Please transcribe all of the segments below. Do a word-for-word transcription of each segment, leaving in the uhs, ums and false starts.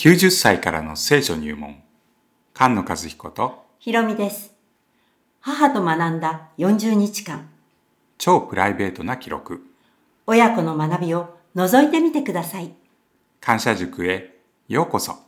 きゅうじゅっさいからの聖書入門、菅野和彦とひろみです。母と学んだよんじゅうにちかん、 超プライベートな記録、 親子の学びを覗いてみてください。 感謝塾へようこそ。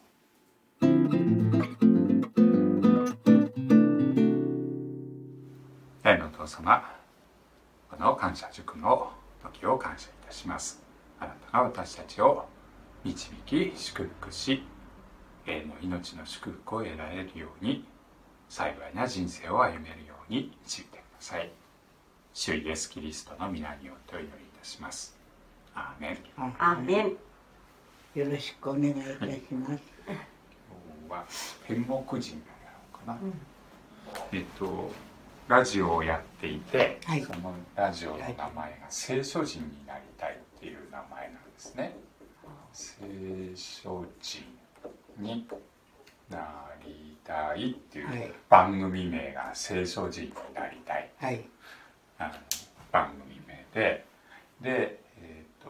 天のお父様、この感謝塾の時を感謝いたします。あなたが私たちを導き祝福し、永遠の命の祝福を得られるように、幸いな人生を歩めるように導いてください。主イエスキリストの皆によってお祈りいたします。アーメン。 アーメン。 よろしくお願いいたします。はい、 今日は天国人がやろうかな、うん、えっとラジオをやっていて、はい、そのラジオの名前が聖書人になりたいっていう名前なんですね。聖書人になりたいっていう番組名が聖書人になりたい、はい、あの番組名で、で、えーと、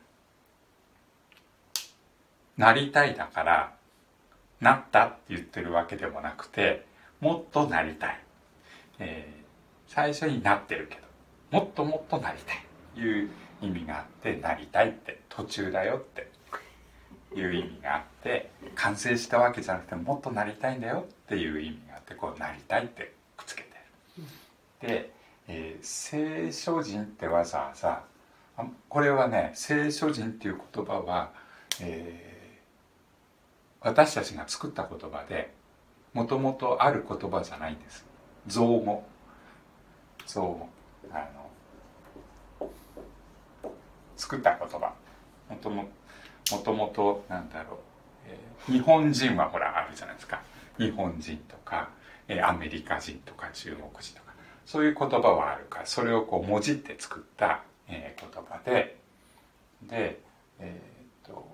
なりたいだからなったって言ってるわけでもなくて、もっとなりたい、えー、最初になってるけどもっともっとなりたいという意味があって、なりたいって途中だよっていう意味があって、完成したわけじゃなくてもっとなりたいんだよっていう意味があって、こうなりたいってくっつけてる。で、えー、聖書人ってわざわざ、これはね、聖書人っていう言葉は、えー、私たちが作った言葉で、もともとある言葉じゃないんです。造語。造語。あの作った言葉。もとももともとなんだろう、えー、日本人はほらあるじゃないですか。日本人とか、えー、アメリカ人とか中国人とか、そういう言葉はあるから、それをこうもじって作った、えー、言葉で、で、えー、っと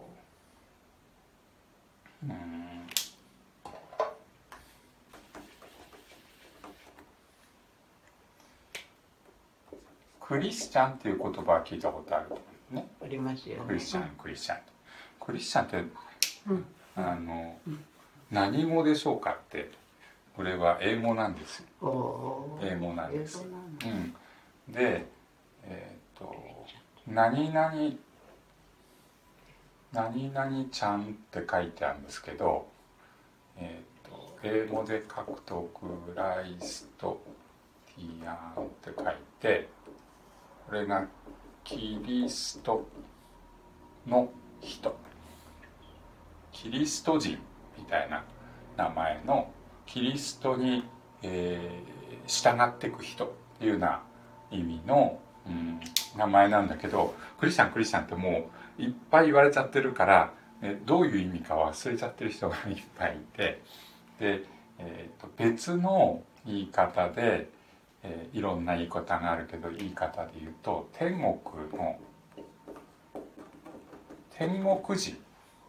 うーんクリスチャンっていう言葉は聞いたことあると思うね。 ありますよね。 クリスチャン、クリスチャン。クリスチャンって、うん、あの、うん、何語でしょうかって、これは英語なんですよ。英語なんです。うん、で、えっと、何々、何々ちゃんって書いてあるんですけど、えっと、英語で書くとクライストティアンって書いて、これがキリストの人、キリスト人みたいな名前のキリストに、えー、従っていく人っていうような意味の、うん、名前なんだけど、クリスチャンクリスチャンってもういっぱい言われちゃってるから、ね、どういう意味か忘れちゃってる人がいっぱいいて、で、えーと、別の言い方で、えー、いろんな言い方があるけど、言い方で言うと天国の天国人、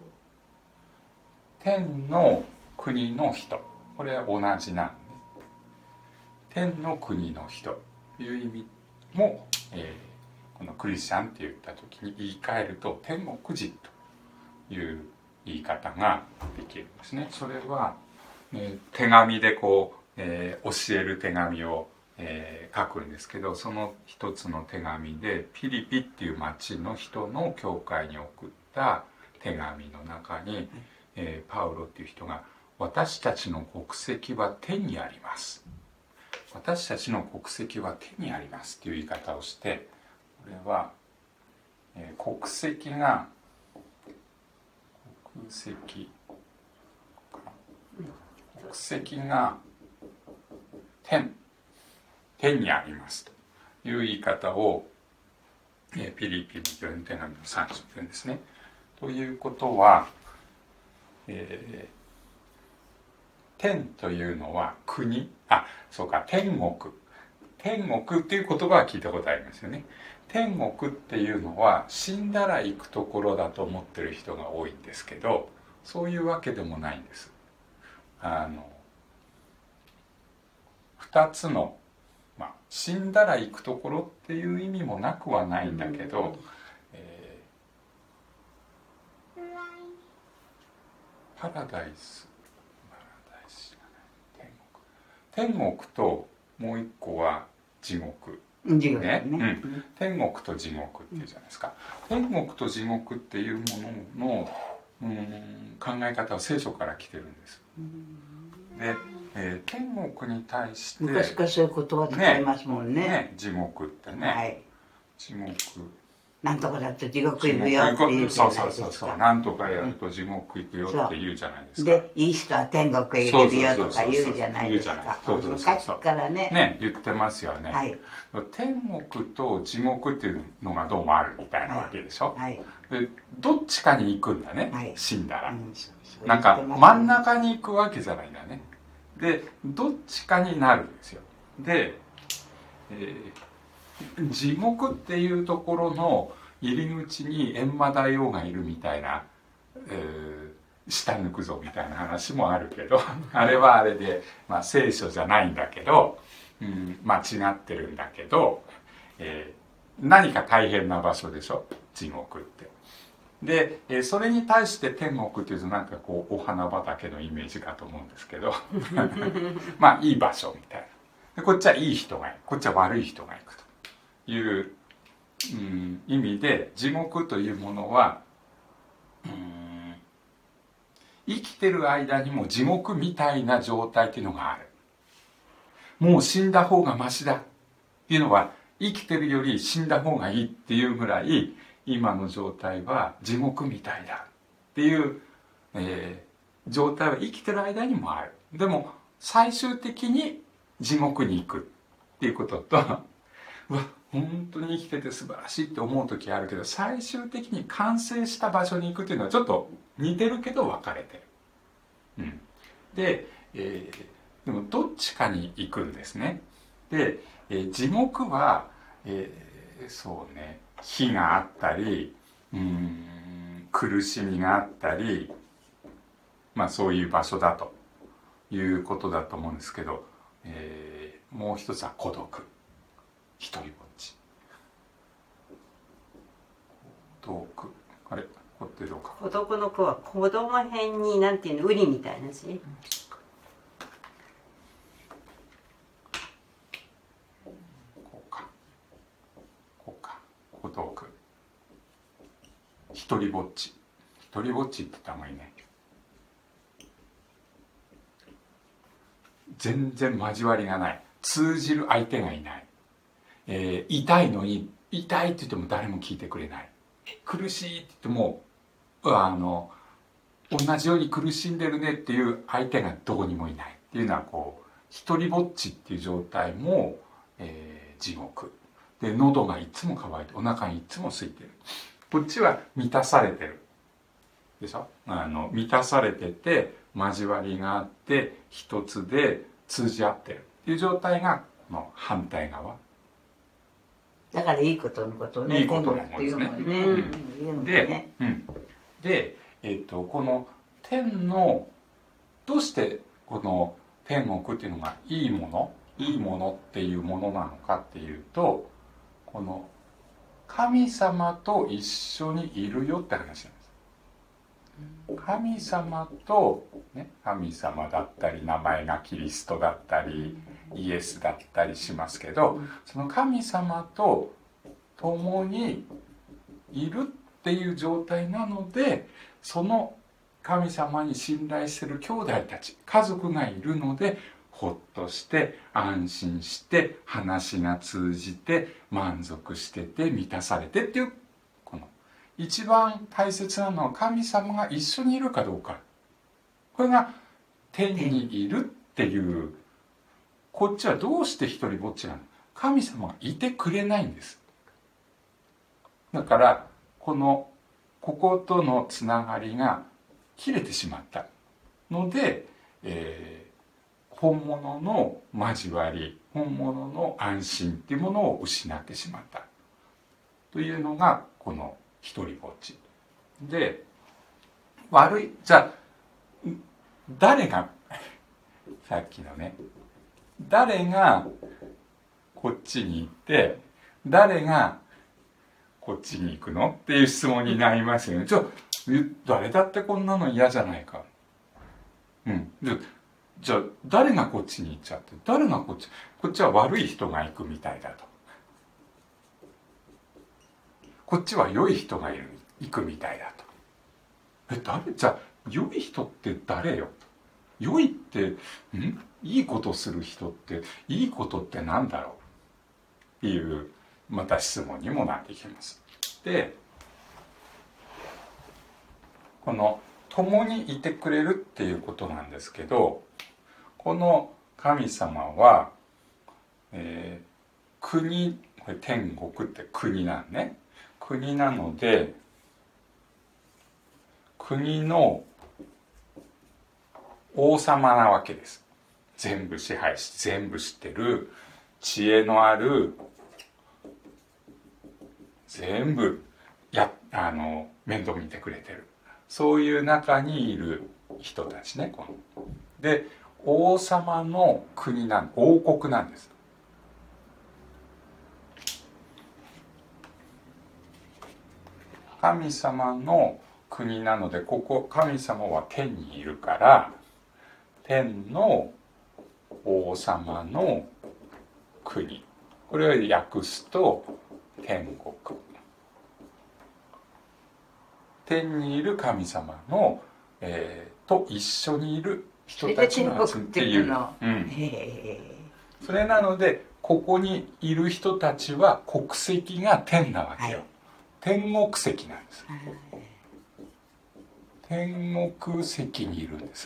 天の国の人、これは同じなんで、天の国の人という意味も、えー、このクリスチャンって言った時に言い換えると天国人という言い方ができるんですね。それは、えー、手紙でこう、えー、教える手紙を、えー、書くんですけど、その一つの手紙でピリピっていう町の人の教会に送った手紙の中に、えー、パウロっていう人が、私たちの国籍は天にあります、私たちの国籍は天にありますっていう言い方をして、これは、えー、国籍が国籍国籍が天天にありますという言い方を、えー、ピリピの手紙のさん章でですね。ということは、えー、天というのは国、あ、そうか、天国、天国っていう言葉は聞いたことありますよね。天国っていうのは死んだら行くところだと思ってる人が多いんですけど、そういうわけでもないんです。あの二つの、まあ、死んだら行くところっていう意味もなくはないんだけど、えー、 パラダイスパラダイスじゃない天国天国ともう一個は地獄地獄ね、 ね、 うん、天国と地獄っていうじゃないですか。天国と地獄っていうもののうん考え方は聖書から来てるんです。で、えー、天国に対して昔からそういう言葉使いますもんね。 ね、ね地獄ってね、 はい、 地獄なんとかだと地獄行くよって言うじゃないですか。 そうそうそうそう、なんとかやると地獄行くよって言うじゃないですか。 で、いい人は天国へ行けるよとか言うじゃないですか。昔からね。 ね、言ってますよね。 はい、 天国と地獄っていうのがどうもあるみたいなわけでしょ。 はい、 でどっちかに行くんだね、 はい、 死んだら、うん、 なんか真ん中に行くわけじゃないんだね。でどっちかになるんですよ。で、えー、地獄っていうところの入り口に閻魔大王がいるみたいな、えー、下抜くぞみたいな話もあるけどあれはあれで、まあ、聖書じゃないんだけど、うん、間違ってるんだけど、えー、何か大変な場所でしょ地獄って。で、えー、それに対して天国っていうとなんかこうお花畑のイメージかと思うんですけどまあいい場所みたいな。でこっちはいい人がいる、こっちは悪い人がいくという、うん、意味で地獄というものは、うん、生きてる間にも地獄みたいな状態っていうのがある。もう死んだ方がマシだっていうのは生きてるより死んだ方がいいっていうぐらい今の状態は地獄みたいだっていう、えー、状態は生きてる間にもある。でも最終的に地獄に行くっていうこととうわ本当に生きてて素晴らしいって思う時あるけど最終的に完成した場所に行くっていうのはちょっと似てるけど分かれてる。うん、で、えー、でもどっちかに行くんですね。で、えー、地獄は、えー、そうね火があったりうーん苦しみがあったりまあそういう場所だということだと思うんですけど、えー、もう一つは孤独一人ぼっち孤独あれこってどうか孤独の子は子供辺になんていうのウリみたいなしこうかこうか孤独一人ぼっち一人ぼっちって言った方がいいね。全然交わりがない、通じる相手がいない、えー、痛いのに痛いって言っても誰も聞いてくれない、苦しいって言ってもあの同じように苦しんでるねっていう相手がどこにもいないっていうのはこう一人ぼっちっていう状態も、えー、地獄で喉がいつも渇いてお腹にいつも空いてる。こっちは満たされてるでしょ。あの満たされてて交わりがあって一つで通じ合ってるっていう状態がこの反対側だからいいことのことをねいいことのことですね。で、うん、で、えーと、この天のどうしてこの天国っていうのがいいものいいものっていうものなのかっていうとこの神様と一緒にいるよって話なんです。神様と、ね、神様だったり名前がキリストだったりイエスだったりしますけどその神様と共にいるっていう状態なのでその神様に信頼している兄弟たち家族がいるのでほっとして安心して話が通じて満足してて満たされてっていうこの一番大切なのは神様が一緒にいるかどうかこれが天にいるっていうこっちはどうして一人ぼっちなの神様がいてくれないんです。だからこのこことのつながりが切れてしまったので、えー本物の交わり本物の安心っていうものを失ってしまったというのがこの一人ぼっちで悪いじゃあ誰がさっきのね誰がこっちに行って誰がこっちに行くのっていう質問になりますよね。ちょ誰だってこんなの嫌じゃないかうん。で、じゃあ誰がこっちに行っちゃって、誰がこっち、こっちは悪い人が行くみたいだと。こっちは良い人がいる、行くみたいだと。え、誰？じゃあ良い人って誰よ？良いって、ん？いいことする人って、いいことってなんだろうっていう、また質問にもなってきます。で、この共にいてくれるっていうことなんですけど、この神様は、えー、国、これ天国って国なんね。国なので、国の王様なわけです。全部支配し、全部知ってる、知恵のある、全部やあの面倒見てくれてる、そういう中にいる人たちね。こので王様の国なん、王国なんです。神様の国なので、ここ神様は天にいるから、天の王様の国、これを訳すと天国。天にいる神様の、えー、と一緒にいる人たちの集まっている。うん、それなのでここにいる人たちは国籍が天なわけよ。はい、天国籍なんです。はい、天国籍にいるんです。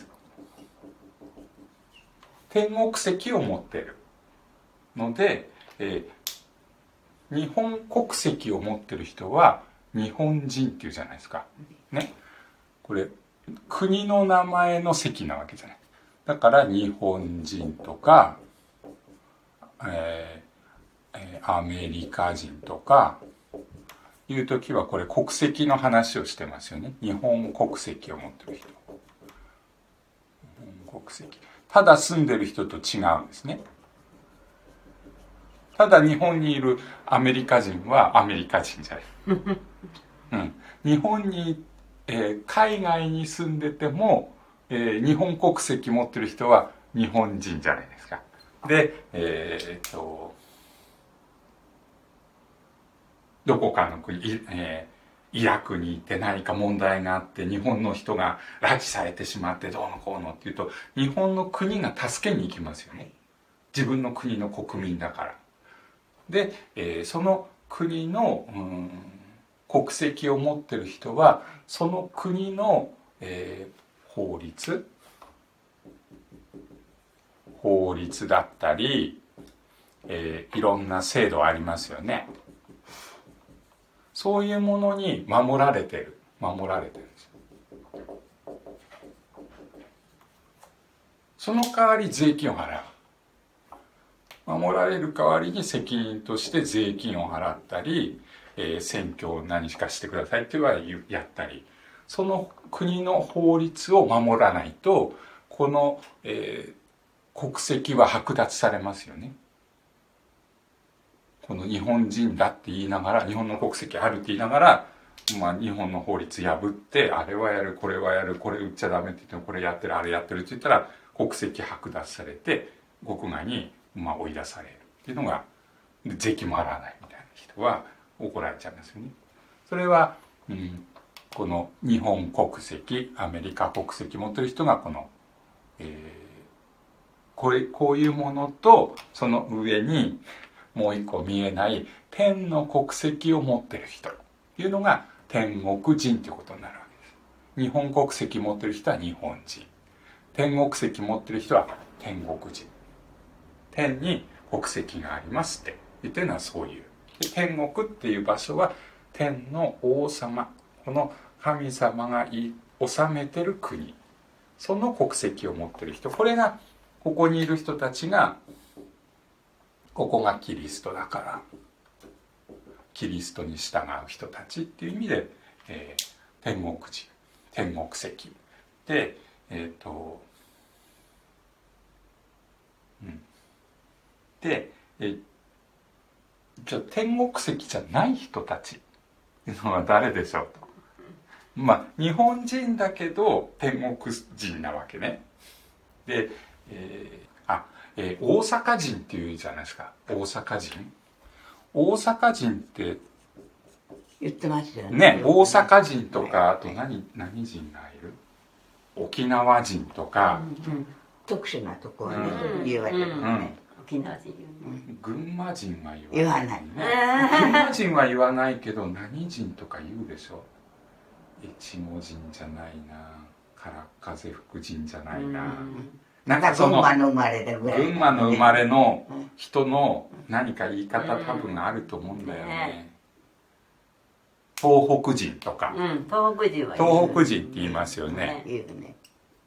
天国籍を持っているので、えー、日本国籍を持っている人は日本人っていうじゃないですか。ね。これ国の名前の籍なわけじゃない。だから日本人とか、えー、アメリカ人とかいうときはこれ国籍の話をしてますよね。日本国籍を持ってる人。日本国籍。ただ住んでる人と違うんですね。ただ日本にいるアメリカ人はアメリカ人じゃない。うん、日本に、えー、海外に住んでても、えー、日本国籍持ってる人は日本人じゃないですか。で、えー、っとどこかの国、えー、イラクに行って何か問題があって日本の人が拉致されてしまってどうのこうのっていうと、日本の国が助けに行きますよね。自分の国の国民だから。で、えー、その国の、うん、国籍を持ってる人はその国の、えー、法律法律だったり、えー、いろんな制度ありますよね。そういうものに守られてる守られてるんです。その代わり税金を払う。守られる代わりに責任として税金を払ったり、えー、選挙を何しかしてくださいって言われやったり、その国の法律を守らないとこの、えー、国籍は剥奪されますよね。この日本人だって言いながら、日本の国籍あるって言いながら、まあ、日本の法律破ってあれはやるこれはやる、これ売っちゃダメって言ってもこれやってるあれやってるって言ったら国籍剥奪されて国外にまあ追い出されるっていうのが、税金も払わないみたいな人は怒られちゃいますよね。それは、うん、この日本国籍、アメリカ国籍持ってる人がこの、えー、これこういうものとその上にもう一個見えない天の国籍を持ってる人っていうのが天国人ということになるわけです。日本国籍持ってる人は日本人、天国籍持ってる人は天国人。天に国籍がありますって言ってるのはそういう。で天国っていう場所は天の王様、この神様が治めてる国、その国籍を持ってる人、これがここにいる人たちが、ここがキリストだからキリストに従う人たちっていう意味で、えー、天国人、天国籍で、えっと、うん、で、えじゃあ天国籍じゃない人たちっていうのは誰でしょうと。 まあ日本人だけど天国人なわけね。で、えー、あ、えー、大阪人っていうじゃないですか。大阪人。大阪人って言ってますよね。 ね、大阪人とか、あと何何人がいる？沖縄人とか、 うんうん、特殊なところに言われるよね。 うん、 沖縄人群馬人は言言わない、 わない。 群馬人は言わないけど何人とか言うでしょ。越後人じゃないな、唐風福人じゃないな、 なんか群馬の生まれでぐらい、 群馬の生まれの人の何か言い方多分あると思うんだよね。東北人とか、 うん、東北人は東北人って言いますよね。 言うね。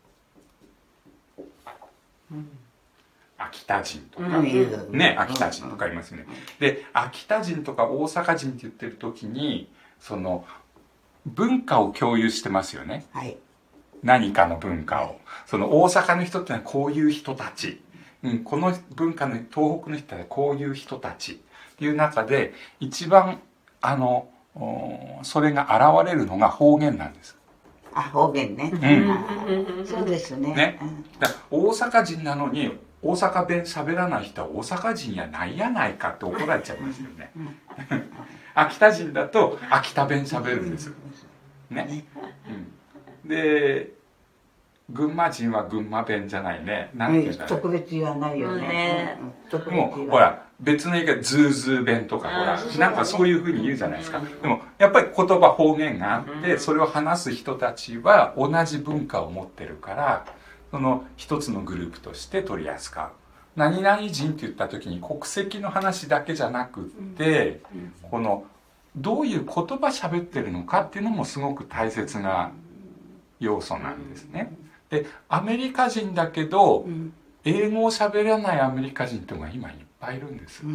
秋田人とか、 うん、 ね、秋田人とかいますよね。で、秋田人とか大阪人って言ってる時に、その文化を共有してますよね。 はい。 何かの文化を。その大阪の人ってのはこういう人たち。うん、この文化の東北の人はこういう人たち。っていう中で、一番、あの、それが現れるのが方言なんです。 あ、方言ね。 うん。 そうですね。 ね。だ大阪人なのに、大阪弁喋らない人は大阪人やないやないかって怒られちゃいますよね。秋田人だと秋田弁喋るんです。ね。うん、で、群馬人は群馬弁じゃないね。なんていうんだろう。 特別言わないよね。 もうほら別の言い方、ズーズー弁とかほらなんかそういうふうに言うじゃないですか。でもやっぱり言葉方言があってそれを話す人たちは同じ文化を持ってるからその一つのグループとして取り扱う。何々人って言った時に国籍の話だけじゃなくってこのどういう言葉喋ってるのかっていうのもすごく大切な要素なんですね。でアメリカ人だけど、うん、英語を喋らないアメリカ人っていうのが今いっぱいいるんです、うん、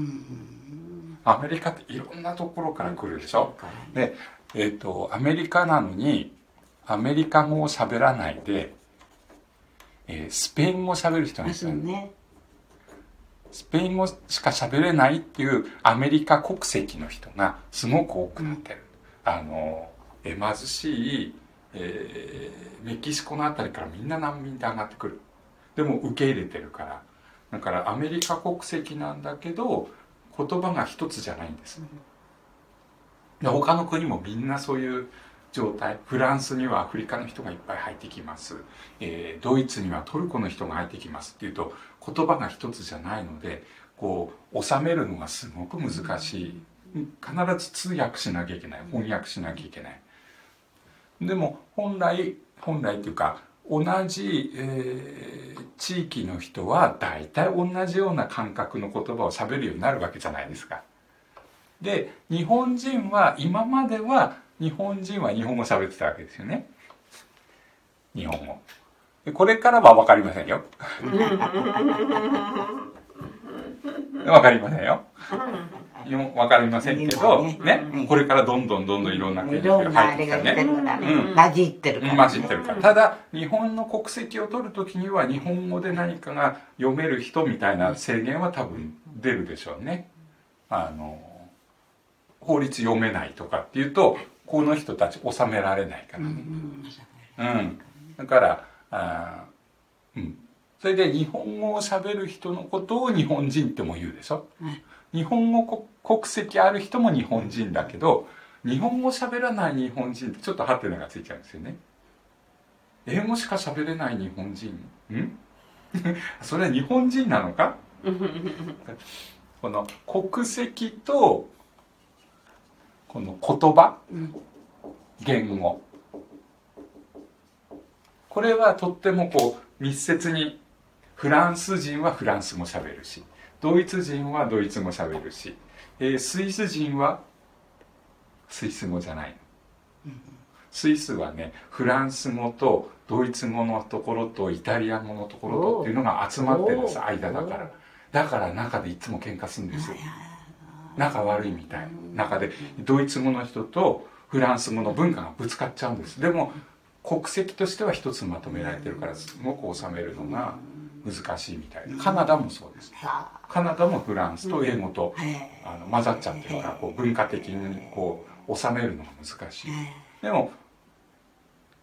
アメリカっていろんなところから来るでしょ、うん、で、えーと、アメリカなのにアメリカ語を喋らないで、えー、スペイン語を喋る人がいるんですよね。スペイン語しか喋れないっていうアメリカ国籍の人がすごく多くなってる、うん、あのえ貧しいえー、メキシコのあたりからみんな難民で上がってくる。でも受け入れてるから。だからアメリカ国籍なんだけど言葉が一つじゃないんです。で他の国もみんなそういう状態。フランスにはアフリカの人がいっぱい入ってきます。えー、ドイツにはトルコの人が入ってきますっていうと言葉が一つじゃないのでこう収めるのがすごく難しい。必ず通訳しなきゃいけない。翻訳しなきゃいけない。でも本来本来というか同じ、えー、地域の人は大体同じような感覚の言葉を喋るようになるわけじゃないですか。で日本人は今までは日本人は日本語喋ってたわけですよね。日本語。でこれからは分かりませんよ。分かりませんよ。わかりませんけど、ね、ね、これからどんどんどんどんいろんな国が入ってきたね。 混じってるから。 混じってるから。ただ、日本の国籍を取るときには、日本語で何かが読める人みたいな制限は多分出るでしょうね。あの、法律読めないとかっていうと、この人たち収められないからね。うん。だから、あうん。それで日本語を喋る人のことを日本人っても言うでしょ。日本語国籍ある人も日本人だけど日本語喋らない日本人ってちょっとハテナがついちゃうんですよね。英語しか喋れない日本人んそれは日本人なのかこの国籍とこの言葉、言語これはとってもこう密接にフランス人はフランス語喋るしドイツ人はドイツ語喋るし、えー、スイス人はスイス語じゃないの。スイスはね、フランス語とドイツ語のところとイタリア語のところとっていうのが集まってるんです、間だから。だから中でいつも喧嘩するんですよ。仲悪いみたい。中でドイツ語の人とフランス語の文化がぶつかっちゃうんです。でも国籍としては一つまとめられてるからすごく収めるのが難しいみたいな。カナダもそうです。カナダもフランスと英語と、あの混ざっちゃってるからこう文化的にこう収めるのが難しい。でも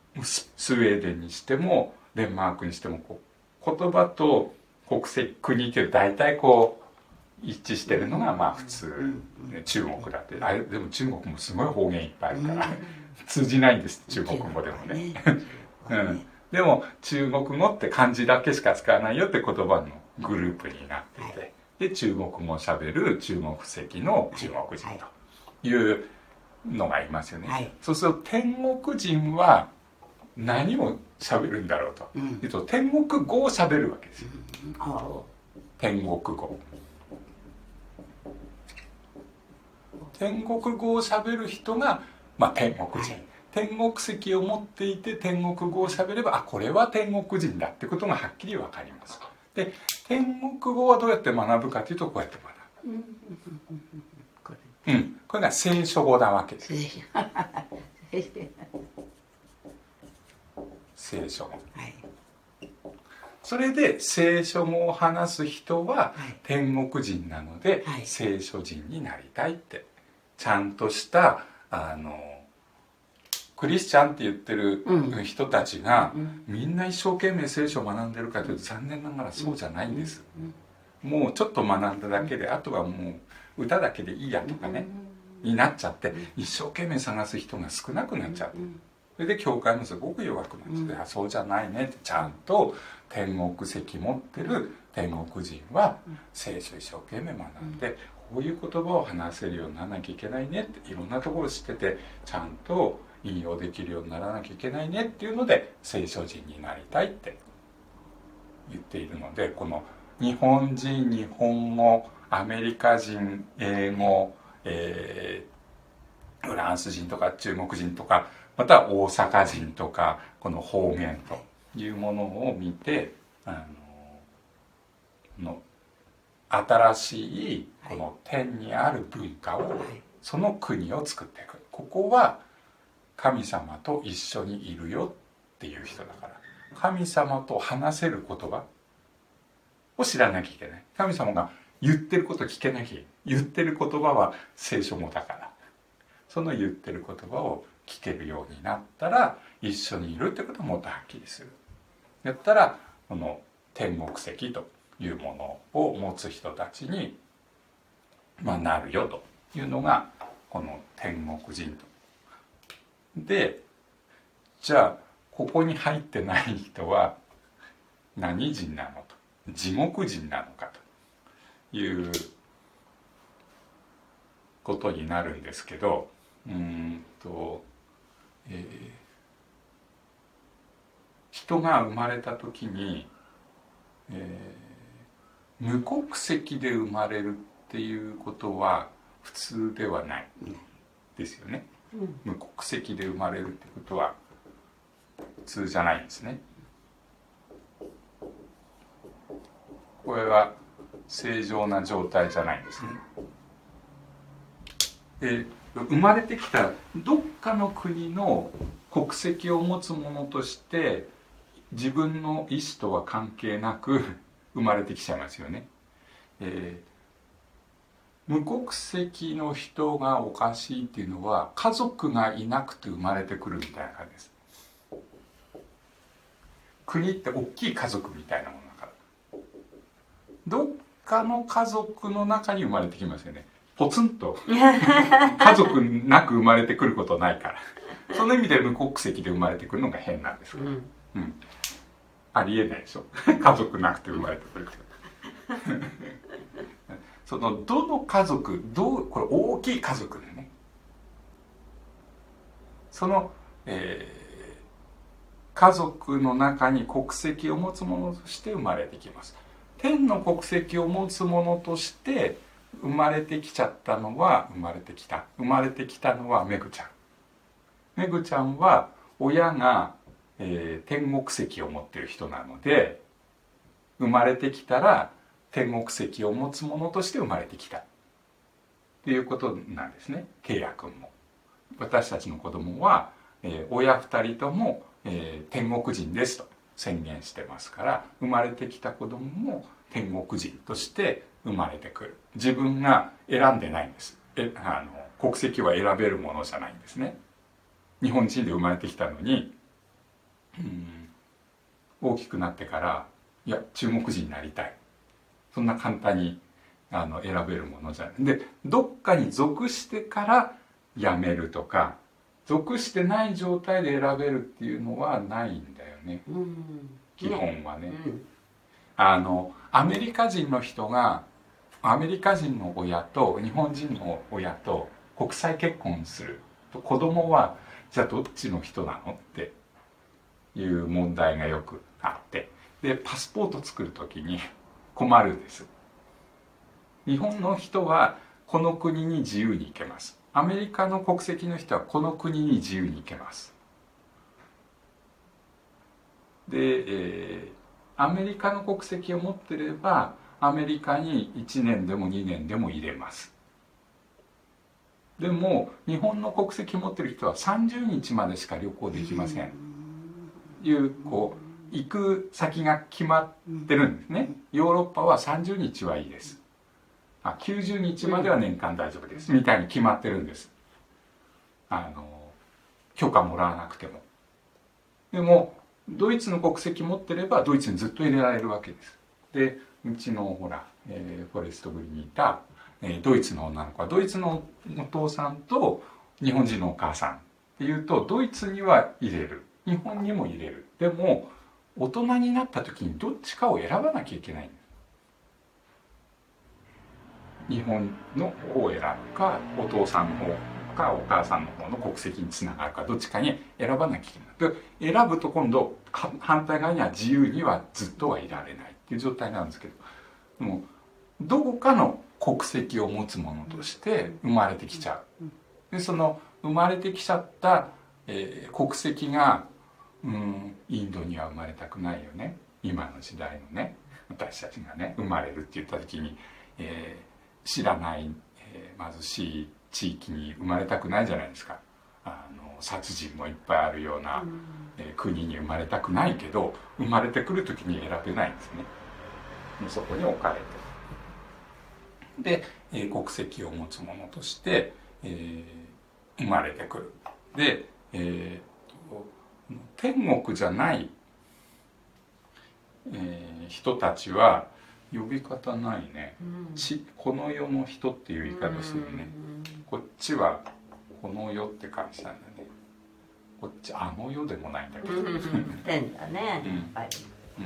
ススウェーデンにしてもデンマークにしてもこう言葉と国籍国っていう大体こう一致してるのがまあ普通、ね、中国だってあれでも中国もすごい方言いっぱいあるから通じないんです中国語でもね、うん、でも中国語って漢字だけしか使わないよって言葉のグループになっていて、はい、で中国語をしゃべる中国籍の中国人というのがいますよね、はい、そうすると天国人は何をしゃべるんだろうと、うん、いうと天国語をしゃべるわけですよ、うん、天国語天国語をしゃべる人が、まあ、天国人、はい、天国籍を持っていて天国語をしゃべればあこれは天国人だってことがはっきり分かります。で天国語はどうやって学ぶかというとこうやって学ぶ、うん、これが聖書語なわけです。聖書語、はい、それで聖書語を話す人は天国人なので、はい、聖書人になりたいってちゃんとしたあのクリスチャンって言ってる人たちが、うん、みんな一生懸命聖書を学んでるかというと残念ながらそうじゃないんです、うん、もうちょっと学んだだけであとはもう歌だけでいいやとかね、うん、になっちゃって一生懸命探す人が少なくなっちゃう、うん、それで教会もすごく弱くなっちゃって、うん、そうじゃないねってちゃんと天国籍持ってる天国人は聖書一生懸命学んで、こういう言葉を話せるようにならなきゃいけないねっていろんなところ知っててちゃんと引用できるようにならなきゃいけないねっていうので聖書人になりたいって言っているので、この日本人日本語アメリカ人英語、えー、フランス人とか中国人とかまたは大阪人とかこの方言というものを見てあのの新しいこの天にある文化をその国を作っていく。ここは神様と一緒にいるよっていう人だから神様と話せる言葉を知らなきゃいけない。神様が言ってることを聞けなきゃいけない。言ってる言葉は聖書語だからその言ってる言葉を聞けるようになったら一緒にいるってことはもっとはっきりする。やったらこの天国籍というものを持つ人たちに、まあ、なるよというのがこの天国人と。でじゃあここに入ってない人は何人なのと地獄人なのかということになるんですけど、うーんと、えー、人が生まれた時に、えー、無国籍で生まれるっていうことは普通ではないですよね。無国籍で生まれるってことは普通じゃないんですね。これは正常な状態じゃないんですね。で生まれてきたどっかの国の国籍を持つ者として自分の意思とは関係なく生まれてきちゃいますよね。えー無国籍の人がおかしいっていうのは家族がいなくて生まれてくるみたいな感じです。国って大きい家族みたいなものだからどっかの家族の中に生まれてきますよね。ポツンと家族なく生まれてくることないからその意味で無国籍で生まれてくるのが変なんですから、うんうん、ありえないでしょ家族なくて生まれてくるそのどの家族どうこれ大きい家族でねその、えー、家族の中に国籍を持つ者として生まれてきます。天の国籍を持つ者として生まれてきちゃったのは生まれてきた生まれてきたのはめぐちゃんめぐちゃんは親が、えー、天国籍を持っている人なので生まれてきたら天国籍を持つ者として生まれてきたっていうことなんですね。契約も私たちの子供は、えー、親二人とも、えー、天国人ですと宣言してますから生まれてきた子供も天国人として生まれてくる。自分が選んでないんです。えあの国籍は選べるものじゃないんですね。日本人で生まれてきたのにうん、大きくなってからいや中国人になりたい、そんな簡単にあの選べるものじゃない。でどっかに属してから辞めるとか、属してない状態で選べるっていうのはないんだよね、 うん、 基本はね。 うん、 あのアメリカ人の人がアメリカ人の親と日本人の親と国際結婚すると、子供はじゃあどっちの人なのっていう問題がよくあって、でパスポート作る時に困るんです。日本の人はこの国に自由に行けます。アメリカの国籍の人はこの国に自由に行けます。で、えー、アメリカの国籍を持ってればアメリカにいちねんでもにねんでも入れます。でも日本の国籍を持ってる人はさんじゅうにちまでしか旅行できません。いうこう行く先が決まってるんですね。ヨーロッパはさんじゅうにちはいいです。あ、きゅうじゅうにちまでは年間大丈夫ですみたいに決まってるんです。あの許可もらわなくても。でもドイツの国籍持ってればドイツにずっと入れられるわけです。でうちのほら、えー、フォレストブリにいた、えー、ドイツの女の子はドイツのお父さんと日本人のお母さんっていうとドイツには入れる、日本にも入れる。でも大人になった時にどっちかを選ばなきゃいけないんです。日本の方を選ぶか、お父さんの方かお母さんの方の国籍につながるか、どっちかに選ばなきゃいけない。で選ぶと今度反対側には自由にはずっとはいられないっていう状態なんですけど、でもどこかの国籍を持つものとして生まれてきちゃう。でその生まれてきちゃった、えー、国籍が、うん、インドには生まれたくないよね、今の時代のね、私たちがね生まれるって言った時に、えー、知らない、えー、貧しい地域に生まれたくないじゃないですか。あの殺人もいっぱいあるような、えー、国に生まれたくないけど、生まれてくる時に選べないんですね。そこに置かれてで、えー、国籍を持つ者として、えー、生まれてくる。で、えー、と天国じゃない、えー、人たちは呼び方ないね、うん、ちこの世の人っていう言い方するね、うん、こっちはこの世って感じなんだね。こっちあの世でもないんだけど、うん、 天だね、 うん、 やっぱり、 うん、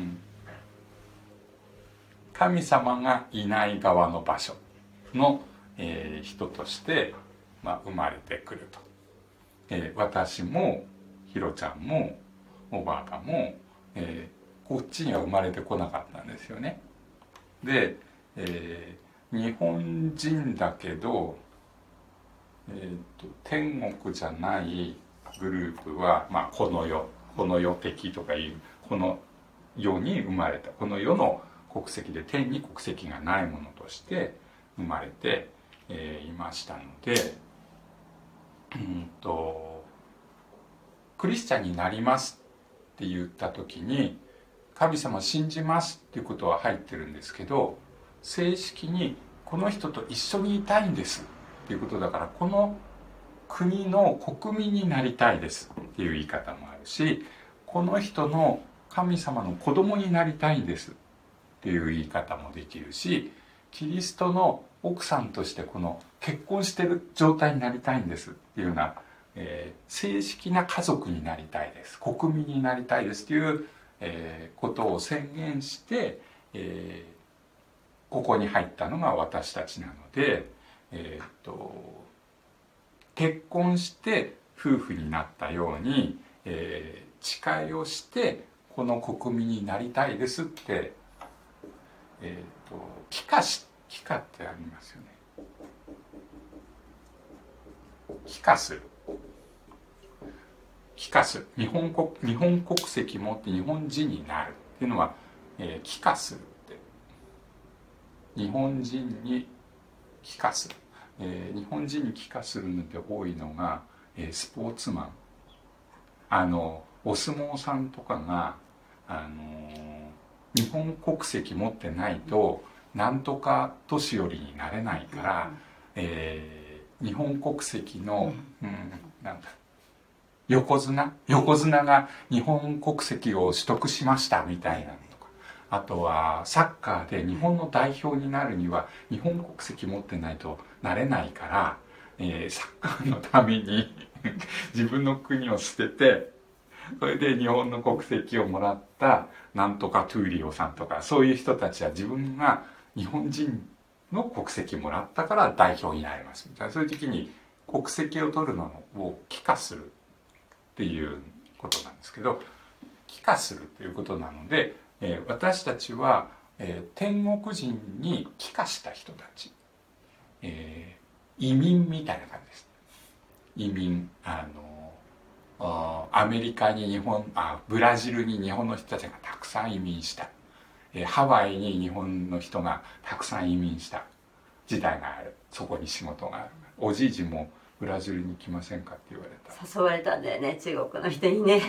神様がいない側の場所の、えー、人として、まあ、生まれてくると、えー、私もひろちゃんもおばあばも、えー、こっちには生まれてこなかったんですよね。で、えー、日本人だけど、えーと、天国じゃないグループは、まあ、この世この世的とかいうこの世に生まれた、この世の国籍で天に国籍がないものとして生まれて、えー、いましたので、うんとクリスチャンになりますって言った時に神様を信じますっていうことは入ってるんですけど、正式にこの人と一緒にいたいんですっていうことだから、この国の国民になりたいですっていう言い方もあるし、この人の神様の子供になりたいんですっていう言い方もできるし、キリストの奥さんとしてこの結婚してる状態になりたいんですっていうような、えー、正式な家族になりたいです、国民になりたいですっていう、えー、ことを宣言して、えー、ここに入ったのが私たちなので、えー、っと結婚して夫婦になったように、えー、誓いをしてこの国民になりたいですって、えー、と帰化し帰化ってありますよね。帰化する帰化する日本国日本国籍持って日本人になるっていうのは、えー、帰化するって日本人に帰化する、えー、日本人に帰化するので多いのが、えー、スポーツマン、あのお相撲さんとかが、あのー、日本国籍持ってないとなんとか年寄りになれないから、えー、日本国籍の、うん、なんだ横綱横綱が日本国籍を取得しましたみたいなのとか、あとはサッカーで日本の代表になるには日本国籍持ってないとなれないから、えー、サッカーのために自分の国を捨てて、それで日本の国籍をもらったなんとかトゥーリオさんとか、そういう人たちは自分が日本人の国籍もらったから代表になれますみたいな、そういう時に国籍を取るのを帰化するっていうことなんですけど、帰化するということなので、えー、私たちは、えー、天国人に帰化した人たち、えー、移民みたいな感じです。移民、あのアメリカに日本あブラジルに日本の人たちがたくさん移民した、えー、ハワイに日本の人がたくさん移民した時代がある。そこに仕事がある。おじいじもブラジルに来ませんかって言われた。 誘われたんだよね、中国の人にね。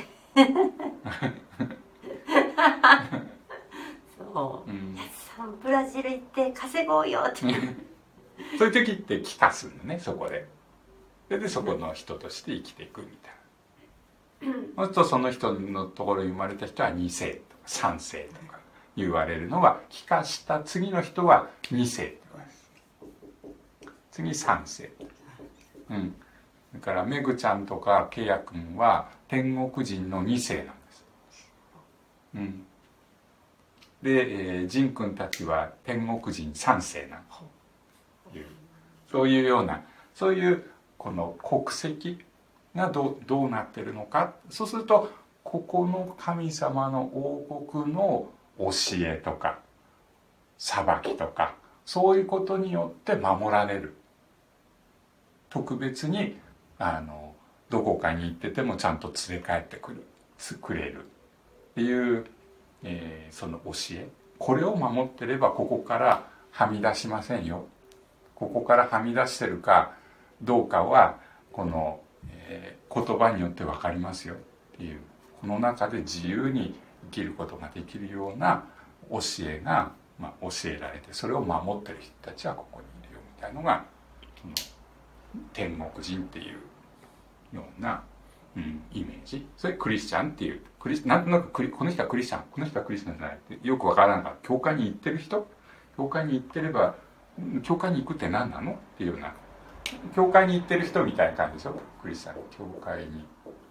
そう、うん、さんブラジル行って稼ごうよってそういう時って帰化するのね、そこで。それでそこの人として生きていくみたいな。そうするとその人のところに生まれた人はに世とかさん世とか言われるのは、帰化した次の人はに世って言われる。次さん世。うん。だからめぐちゃんとかけいやくんは天国人のに世なんです。うん。で、えー、ジンくんたちは天国人さん世なんという、そういうような、そういうこの国籍がど う, どうなってるのか。そうするとここの神様の王国の教えとか裁きとか、そういうことによって守られる。特別にあのどこかに行っててもちゃんと連れ帰ってくるくれるっていう、えー、その教え、これを守ってればここからはみ出しませんよ。ここからはみ出してるかどうかはこの、えー、言葉によって分かりますよっていう、この中で自由に生きることができるような教えが、まあ、教えられて、それを守ってる人たちはここにいるよみたいのがその天国人っていうような、うん、イメージ。それクリスチャンっていう、クリスなんとなくクリこの人はクリスチャン、この人はクリスチャンじゃないってよくわからなかった。教会に行ってる人、教会に行ってれば、教会に行くって何なのっていうような、教会に行ってる人みたいな感じでしょ、クリスチャン。教会に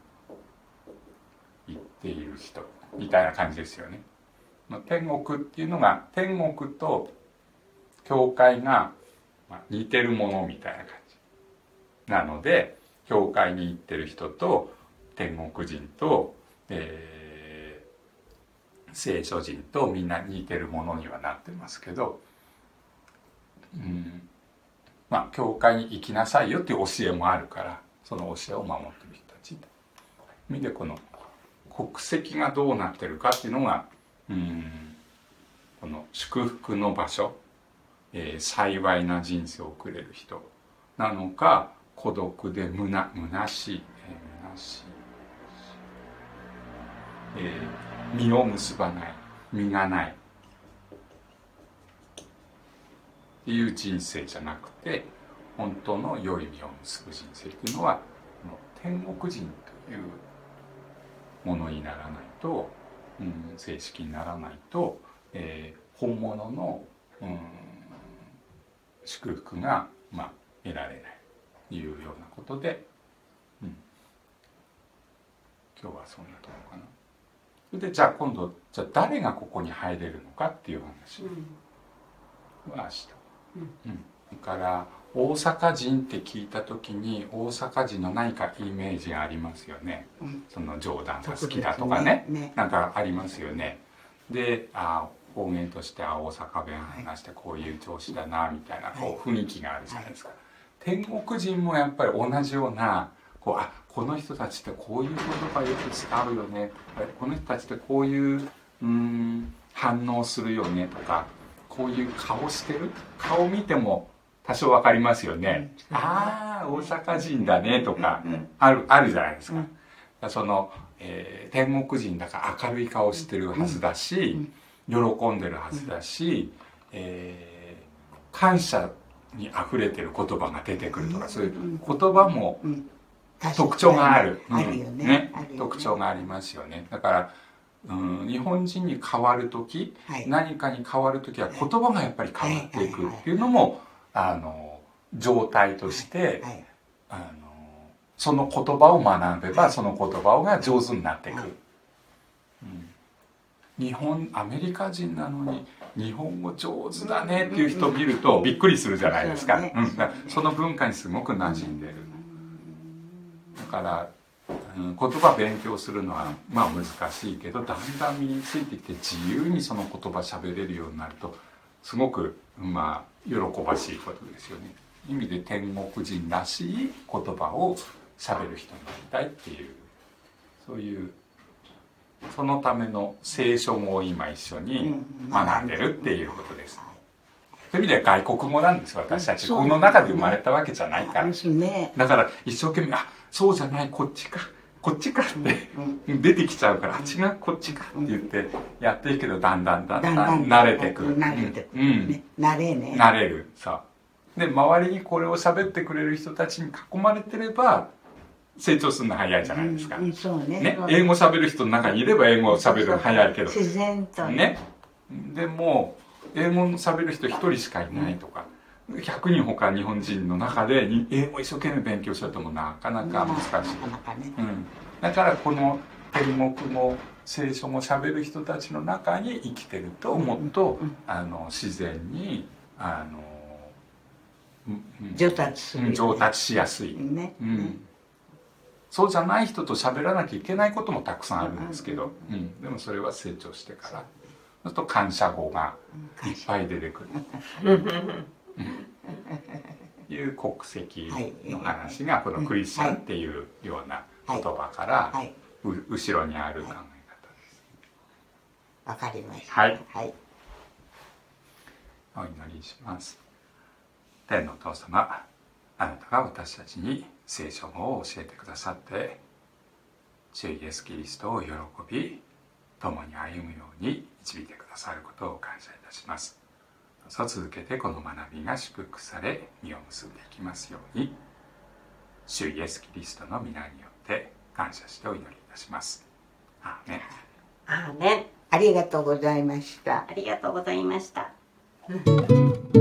行っている人みたいな感じですよね。天国っていうのが、天国と教会が似てるものみたいな感じなので、教会に行ってる人と天国人と、えー、聖書人とみんな似てるものにはなってますけど、うん、まあ教会に行きなさいよっていう教えもあるから、その教えを守ってる人たち見て、この国籍がどうなってるかっていうのが、うん、この祝福の場所、えー、幸いな人生を送れる人なのか、孤独でむな虚しい、えー、虚しい、えー、実を結ばない、実がないっていう人生じゃなくて、本当の良い実を結ぶ人生っていうのは、天国人というものにならないと、うん、正式にならないと、えー、本物の、うん、祝福が、まあ、得られないというようなことで、うん、今日はそんなところかな。それでじゃあ今度、じゃあ誰がここに入れるのかっていう話は明日。うんうん、だから大阪人って聞いた時に、大阪人の何かイメージがありますよね、うん、そのジョーダンが好きだとか ね, ね, ねなんかありますよね。で、あ方言としてあ大阪弁話してこういう調子だなみたいな、こう雰囲気があるじゃないですか、はいはい、天国人もやっぱり同じような、こうあこの人たちってこういう言葉よく使うよね、この人たちってこういう、うーん反応するよねとか、こういう顔してる、顔見ても多少わかりますよね、うん、ああ大阪人だねとか、うん、あるあるじゃないですか、うん、その、えー、天国人だから明るい顔してるはずだし、うん、喜んでるはずだし、うんえー、感謝にあふれてる言葉が出てくるとか、そういう言葉も特徴がある、 あるよね、 ねあるよね、 特徴がありますよね。だから、うん、日本人に変わる時、はい、何かに変わる時は言葉がやっぱり変わっていくっていうのも、あの状態として、はいはい、あのその言葉を学べば、はい、その言葉が上手になっていく、はい、うん、日本アメリカ人なのに日本語上手だねっていう人を見るとびっくりするじゃないですか。うん、だからその文化にすごく馴染んでる。だから、うん、言葉勉強するのはまあ難しいけど、だんだん身についてきて自由にその言葉喋れるようになるとすごくまあ喜ばしいことですよね。意味で天国人らしい言葉を喋る人になりたいっていう、そういうそのための聖書語を今一緒に学んでるっていうことです。そういう意味では外国語なんです、私たち。この中で生まれたわけじゃないから。だから一生懸命、あ、そうじゃない、こっちか、こっちかって出てきちゃうから、あ、違う、こっちかって言ってやってるけど、だんだんだんだん慣れてくる。 慣れてくる。うん。慣れね。 慣れる。そう。で、周りにこれを喋ってくれる人たちに囲まれてれば、成長するの早いじゃないですか。 うん、そうね。 ね、英語喋る人の中にいれば英語を喋るの早いけど。 自然とね。でも、英語の喋る人一人しかいないとか、ひゃくにん他日本人の中で英語を一生懸命勉強しようともなかなか難しい。なかなかね。うん。だからこの天国語、聖書も喋る人たちの中に生きてると、もっと、うん、あの自然にあの、 うん、上達する、ね、 上達しやすい。ね。うん。そうじゃない人と喋らなきゃいけないこともたくさんあるんですけど、うん、でもそれは成長してから。そうすると感謝語がいっぱい出てくる。いう国籍の話がこのクリスチャンっていうような言葉から後ろにある考え方です。 わかりました。 はい。はい、お祈りします。天のお父様、あなたが私たちに聖書語を教えてくださって、主イエスキリストを喜び、共に歩むように導いてくださることを感謝いたします。どうぞ続けてこの学びが祝福され、実を結んでいきますように、主イエスキリストの皆によって感謝してお祈りいたします。アーメン。 アーメン。 ありがとうございました。 ありがとうございました。